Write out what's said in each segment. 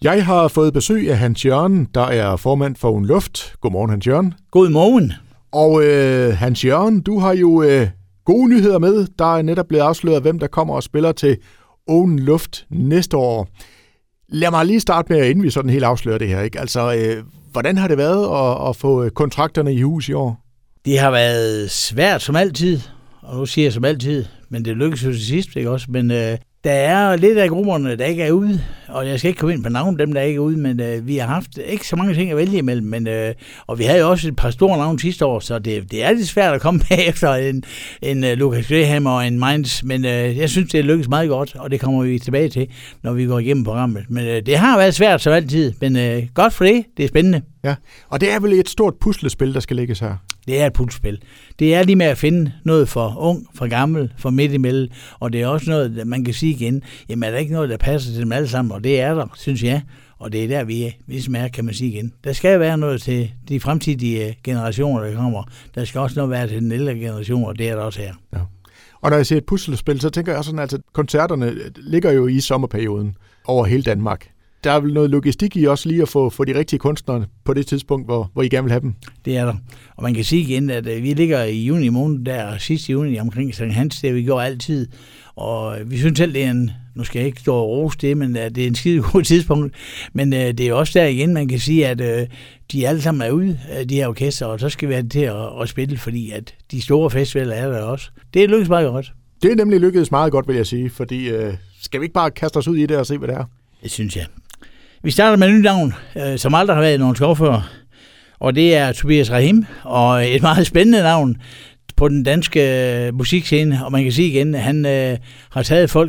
Jeg har fået besøg af Hans Jørgen, der er formand for Åen Luft. Godmorgen, Hans Jørgen. Godmorgen. Og Hans Jørgen, du har jo gode nyheder med. Der er netop blevet afsløret, hvem der kommer og spiller til Åen Luft næste år. Lad mig lige starte med, inden vi sådan helt afslører det her, ikke? Altså, hvordan har det været at få kontrakterne i hus i år? Det har været svært som altid, og nu siger jeg som altid, men det lykkedes jo til sidst, ikke også? Men der er lidt af grupperne, der ikke er ude, og jeg skal ikke komme ind på navn dem, der ikke er ude, men vi har haft ikke så mange ting at vælge imellem, men, og vi havde jo også et par store navne sidste år, så det er lidt svært at komme efter en Lucas Graham og en Mainz, men jeg synes, det lykkes meget godt, og det kommer vi tilbage til, når vi går igennem programmet. Men det har været svært som altid, men godt for det er spændende. Ja, og det er vel et stort puslespil, der skal lægges her? Det er et puslespil. Det er lige med at finde noget for ung, for gammel, for midt imellem, og det er også noget, man kan sige igen, jamen er der ikke noget, der passer til dem alle sammen, og det er der, synes jeg, og det er der, vi er, kan man sige igen. Der skal være noget til de fremtidige generationer, der kommer. Der skal også noget være til den ældre generation, og det er der også her. Ja. Og når jeg ser et puslespil, så tænker jeg også sådan, at koncerterne ligger jo i sommerperioden over hele Danmark. Der er vel noget logistik i også lige at få de rigtige kunstnere på det tidspunkt, hvor I gerne vil have dem? Det er der. Og man kan sige igen, at vi ligger i juni måned, der sidste juni omkring Sankt Hans, det vi går altid. Og vi synes selv, det er nu skal jeg ikke stå og rose det, men det er en skide god tidspunkt. Men det er også der igen, man kan sige, at de alle sammen er ude af de her orkester, og så skal vi have det til at spille, fordi at de store festivaler er der også. Det lykkes meget godt. Det er nemlig lykkedes meget godt, vil jeg sige, fordi skal vi ikke bare kaste os ud i det og se, hvad det er? Det synes jeg. Vi starter med et nyt navn, som aldrig har været i nogen skov før, og det er Tobias Rahim, og et meget spændende navn på den danske musikscene, og man kan sige igen, at han har taget folk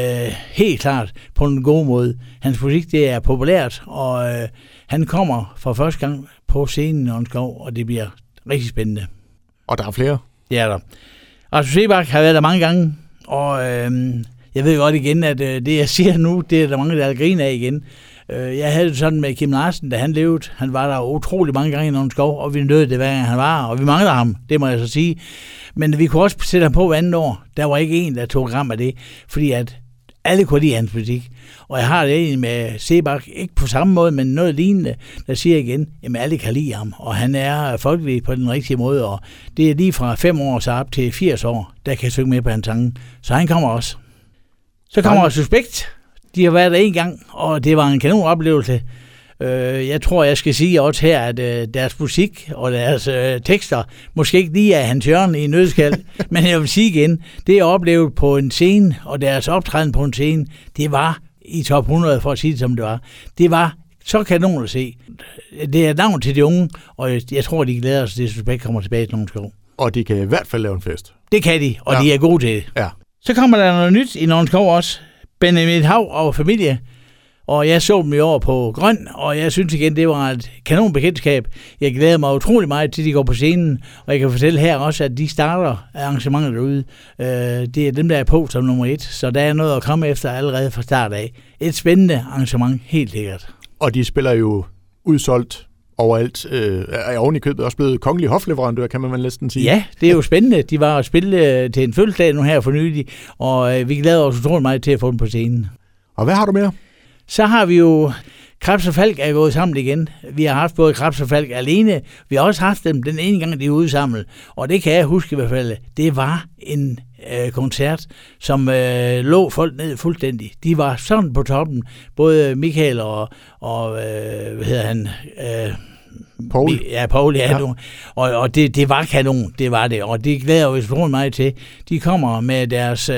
helt klart på en god måde. Hans musik, det er populært, og han kommer for første gang på scenen i nogen skov, og det bliver rigtig spændende. Og der er flere? Det er der. Rasmus Seebach har været der mange gange, og jeg ved godt igen, at det jeg siger nu, det er der mange, der griner af igen. Jeg havde det sådan med Kim Larsen, da han levede. Han var der utrolig mange gange i nogen skov, og vi nød det, hver gang han var, og vi mangler ham, det må jeg så sige. Men vi kunne også sætte ham på hver andet år. Der var ikke en, der tog gram af det, fordi at alle kunne lide hans musik. Og jeg har det egentlig med Seebach, ikke på samme måde, men noget lignende, der siger igen, jamen alle kan lide ham, og han er folkelig på den rigtige måde, og det er lige fra 5 år så op til 80 år, der kan jeg synge med på hans sange. Så han kommer også. Så kommer Suspekt. De har været der en gang, og det var en kanon oplevelse. Jeg tror, jeg skal sige også her, at deres musik og deres tekster måske ikke lige er Hans Jørgen i nødskal, men jeg vil sige igen, det jeg oplevede på en scene, og deres optræden på en scene, det var i top 100, for at sige det som det var. Det var så kanon at se. Det er navn til de unge, og jeg tror, de glæder sig til, at Suspekt kommer tilbage til nogle skov. Og de kan i hvert fald lave en fest. Det kan de, og de er gode til det. Ja. Så kommer der noget nyt i nogle skov også. Benjamin Hav og familie, og jeg så dem i år på Grøn, og jeg synes igen, det var et kanon bekendtskab. Jeg glæder mig utrolig meget til, de går på scenen, og jeg kan fortælle her også, at de starter arrangementer derude. Det er dem, der er på som nummer 1, så der er noget at komme efter allerede fra start af. Et spændende arrangement, helt sikkert. Og de spiller jo udsolgt overalt. Er oven i købet også blevet kongelig hofleverandør, kan man vel næsten sige. Ja, det er jo spændende. De var at spille til en fødselsdag nu her for nylig, og vi glæder os utrolig meget til at få dem på scenen. Og hvad har du mere? Så har vi jo Krebs og Falk er gået sammen igen. Vi har haft både Krebs og Falk alene. Vi har også haft dem den ene gang, de er ude sammen. Og det kan jeg huske i hvert fald. Det var en koncert, som lå folk ned fuldstændig. De var sådan på toppen. Både Michael og hvad hedder han? Paul. Ja, Paul, ja. Og det var kanon, det var det. Og det glæder vi så meget til. De kommer med deres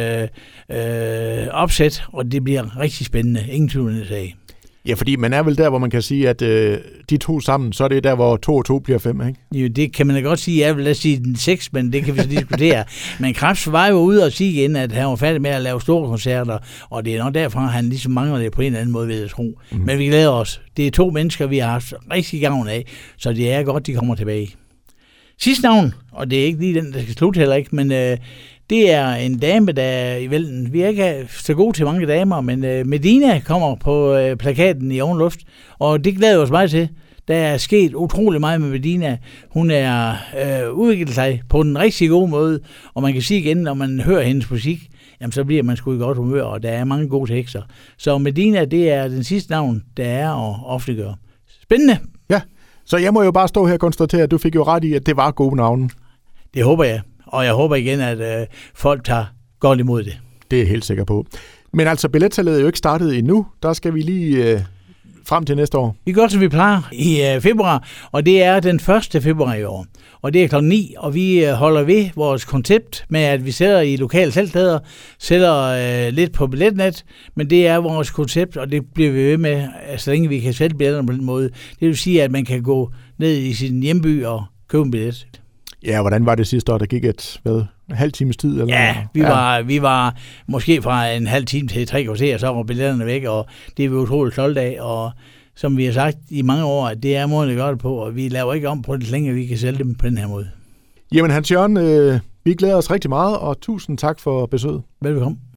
opsæt, og det bliver rigtig spændende. Ingen tvivl af. Ja, fordi man er vel der, hvor man kan sige, at de to sammen, så er det der, hvor 2 og 2 bliver 5, ikke? Jo, det kan man da godt sige. Jeg vil da sige den 6, men det kan vi så diskutere. Men Krebs var jo ude og sige igen, at han var færdig med at lave store koncerter, og det er nok derfor, han ligesom mangler det på en eller anden måde, ved at tro. Men vi glæder os. Det er 2 mennesker, vi har haft rigtig gavn af, så det er godt, de kommer tilbage. Sidste navn, og det er ikke lige den, der skal slutte heller ikke, men det er en dame, der er i vælden. Vi er ikke så gode til mange damer, men Medina kommer på plakaten i Åen Luft, og det glæder os meget til. Der er sket utrolig meget med Medina. Hun er udviklet sig på den rigtig gode måde, og man kan sige igen, når man hører hendes musik, jamen så bliver man sgu i godt humør, og der er mange gode tekster. Så Medina, det er den sidste navn, der er at offentliggøre. Spændende! Ja, så jeg må jo bare stå her og konstatere, at du fik jo ret i, at det var gode navne. Det håber jeg, og jeg håber igen, at folk tager godt imod det. Det er jeg helt sikker på. Men altså, billetsalget er jo ikke startet endnu. Der skal vi lige frem til næste år. Vi gør, som vi plejer i februar, og det er den 1. februar i år. Og det er kl. 9, og vi holder ved vores koncept med, at vi sætter i lokale salgsteder, sætter lidt på billetnet, men det er vores koncept, og det bliver vi ved med, så længe vi kan sælge billetterne på den måde. Det vil sige, at man kan gå ned i sin hjemby og købe en billet. Ja, hvordan var det sidste år? Der gik en halv times tid? Eller? Ja, vi var måske fra en halv time til 3 kvarter, så var billetterne væk, og det er vi utroligt stolte af, og som vi har sagt i mange år, at det er måden at gøre det på, og vi laver ikke om på det, så længe vi kan sælge dem på den her måde. Jamen Hans Jørgen, vi glæder os rigtig meget, og tusind tak for besøget. Velbekomme.